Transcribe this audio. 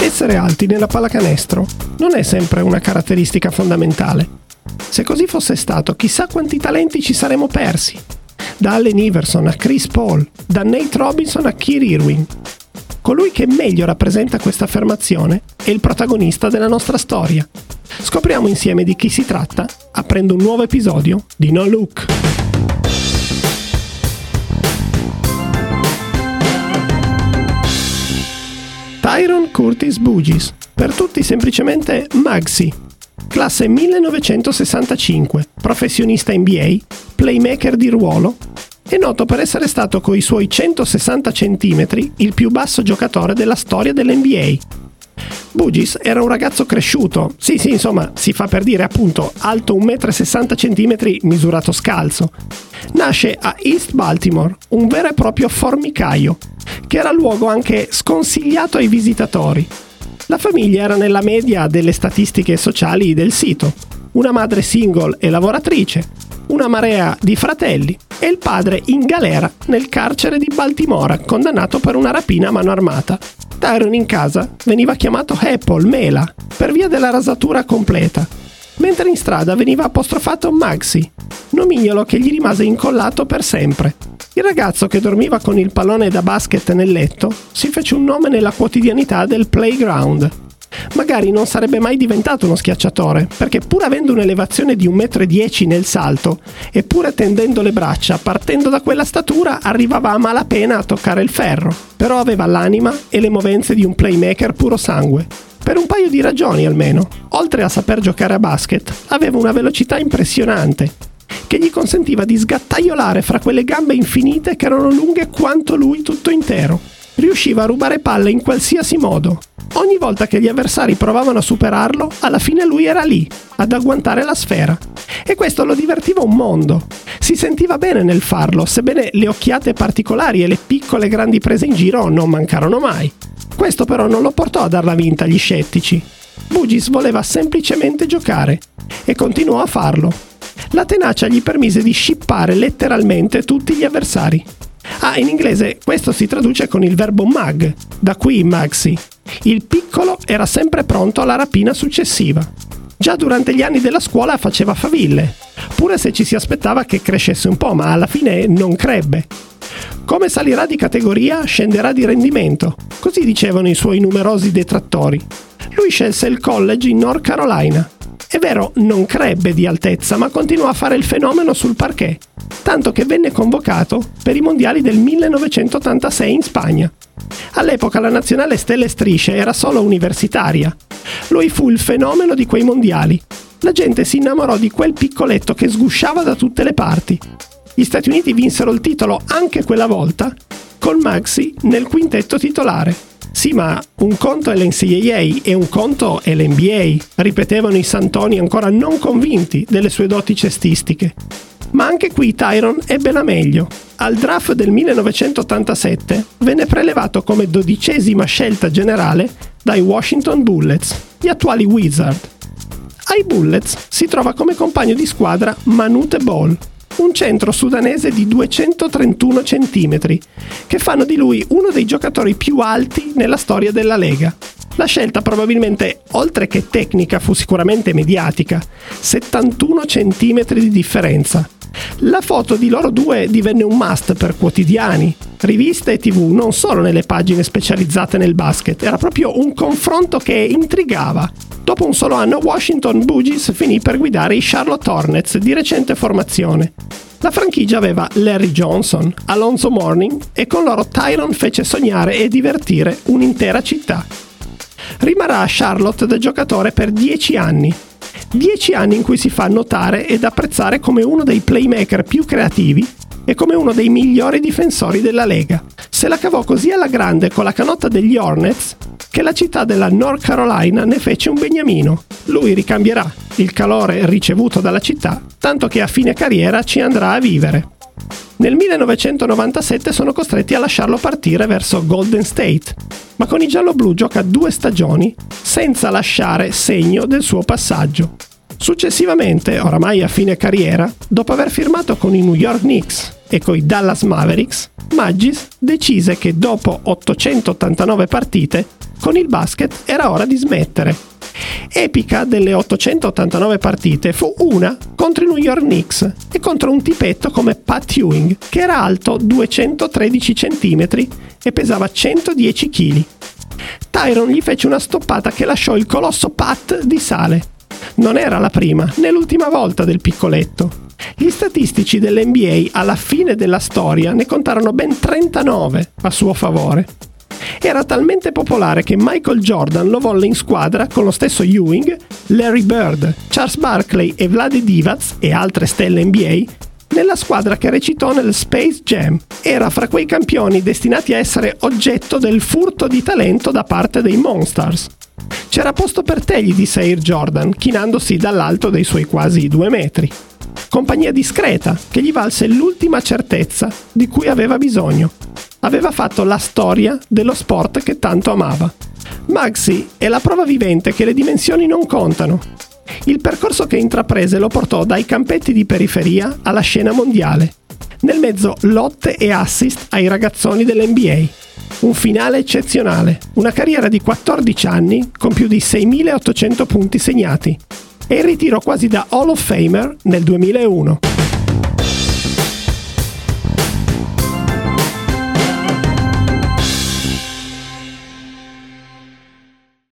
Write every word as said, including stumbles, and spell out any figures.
Essere alti nella pallacanestro non è sempre una caratteristica fondamentale. Se così fosse stato, chissà quanti talenti ci saremmo persi. Da Allen Iverson a Chris Paul, da Nate Robinson a Kyrie Irving. Colui che meglio rappresenta questa affermazione è il protagonista della nostra storia. Scopriamo insieme di chi si tratta, aprendo un nuovo episodio di No Look. Tyron Curtis Bugis, per tutti semplicemente Muggsy, classe millenovecentosessantacinque, professionista N B A, playmaker di ruolo, è noto per essere stato coi suoi centosessanta centimetri il più basso giocatore della storia dell'N B A. Bugis era un ragazzo cresciuto, sì sì insomma si fa per dire appunto alto un metro e sessanta centimetri misurato scalzo. Nasce a East Baltimore, un vero e proprio formicaio, che era luogo anche sconsigliato ai visitatori. La famiglia era nella media delle statistiche sociali del sito, una madre single e lavoratrice, una marea di fratelli e il padre in galera nel carcere di Baltimora, condannato per una rapina a mano armata. Tyron in casa veniva chiamato Apple, mela, per via della rasatura completa, mentre in strada veniva apostrofato Muggsy, nomignolo che gli rimase incollato per sempre. Il ragazzo che dormiva con il pallone da basket nel letto si fece un nome nella quotidianità del playground. Magari non sarebbe mai diventato uno schiacciatore, perché pur avendo un'elevazione di un metro e dieci nel salto, eppure tendendo le braccia, partendo da quella statura, arrivava a malapena a toccare il ferro. Però aveva l'anima e le movenze di un playmaker puro sangue. Per un paio di ragioni almeno. Oltre a saper giocare a basket, aveva una velocità impressionante, che gli consentiva di sgattaiolare fra quelle gambe infinite che erano lunghe quanto lui tutto intero. Riusciva a rubare palle in qualsiasi modo. Ogni volta che gli avversari provavano a superarlo, alla fine lui era lì, ad agguantare la sfera. E questo lo divertiva un mondo. Si sentiva bene nel farlo, sebbene le occhiate particolari e le piccole grandi prese in giro non mancarono mai. Questo però non lo portò a dar la vinta agli scettici. Bugis voleva semplicemente giocare e continuò a farlo. La tenacia gli permise di scippare letteralmente tutti gli avversari. Ah, in inglese questo si traduce con il verbo mug, da qui Muggsy. Il piccolo era sempre pronto alla rapina successiva. Già durante gli anni della scuola faceva faville, pure se ci si aspettava che crescesse un po', ma alla fine non crebbe. Come salirà di categoria, scenderà di rendimento, così dicevano i suoi numerosi detrattori. Lui scelse il college in North Carolina. È vero, non crebbe di altezza, ma continuò a fare il fenomeno sul parquet, tanto che venne convocato per i mondiali del millenovecentottantasei in Spagna. All'epoca la nazionale Stelle Strisce era solo universitaria. Lui fu il fenomeno di quei mondiali. La gente si innamorò di quel piccoletto che sgusciava da tutte le parti. Gli Stati Uniti vinsero il titolo anche quella volta, con Muggsy nel quintetto titolare. Sì, ma un conto è l'N C A A e un conto è l'N B A, ripetevano i santoni ancora non convinti delle sue doti cestistiche. Ma anche qui Tyron ebbe la meglio. Al draft del millenovecentottantasette venne prelevato come dodicesima scelta generale dai Washington Bullets, gli attuali Wizard. Ai Bullets si trova come compagno di squadra Manute Bol, un centro sudanese di duecentotrentuno centimetri, che fanno di lui uno dei giocatori più alti nella storia della Lega. La scelta probabilmente, oltre che tecnica, fu sicuramente mediatica, settantuno centimetri di differenza. La foto di loro due divenne un must per quotidiani, riviste e tivù, non solo nelle pagine specializzate nel basket, era proprio un confronto che intrigava. Dopo un solo anno Washington, Bugis finì per guidare i Charlotte Hornets di recente formazione. La franchigia aveva Larry Johnson, Alonzo Mourning e con loro Tyron fece sognare e divertire un'intera città. Rimarrà a Charlotte da giocatore per dieci anni. Dieci anni in cui si fa notare ed apprezzare come uno dei playmaker più creativi e come uno dei migliori difensori della Lega. Se la cavò così alla grande con la canotta degli Hornets che la città della North Carolina ne fece un beniamino. Lui ricambierà il calore ricevuto dalla città, tanto che a fine carriera ci andrà a vivere. Nel millenovecentonovantasette sono costretti a lasciarlo partire verso Golden State, ma con i gialloblu gioca due stagioni senza lasciare segno del suo passaggio. Successivamente, oramai a fine carriera, dopo aver firmato con i New York Knicks e coi Dallas Mavericks, Muggsy decise che dopo ottocentottantanove partite con il basket era ora di smettere. Epica delle ottocentottantanove partite fu una contro i New York Knicks e contro un tipetto come Pat Ewing, che era alto duecentotredici centimetri e pesava centodieci chili. Tyron gli fece una stoppata che lasciò il colosso Pat di sale. Non era la prima né l'ultima volta del piccoletto. Gli statistici dell'N B A alla fine della storia ne contarono ben trentanove a suo favore. Era talmente popolare che Michael Jordan lo volle in squadra con lo stesso Ewing, Larry Bird, Charles Barkley e Vlade Divac e altre stelle N B A nella squadra che recitò nel Space Jam. Era fra quei campioni destinati a essere oggetto del furto di talento da parte dei Monstars. C'era posto per te, gli disse Air Jordan, chinandosi dall'alto dei suoi quasi due metri. Compagnia discreta che gli valse l'ultima certezza di cui aveva bisogno. Aveva fatto la storia dello sport che tanto amava. Muggsy è la prova vivente che le dimensioni non contano. Il percorso che intraprese lo portò dai campetti di periferia alla scena mondiale. Nel mezzo lotte e assist ai ragazzoni dell'N B A. Un finale eccezionale, una carriera di quattordici anni con più di seimilaottocento punti segnati e il ritiro quasi da Hall of Famer nel duemilauno.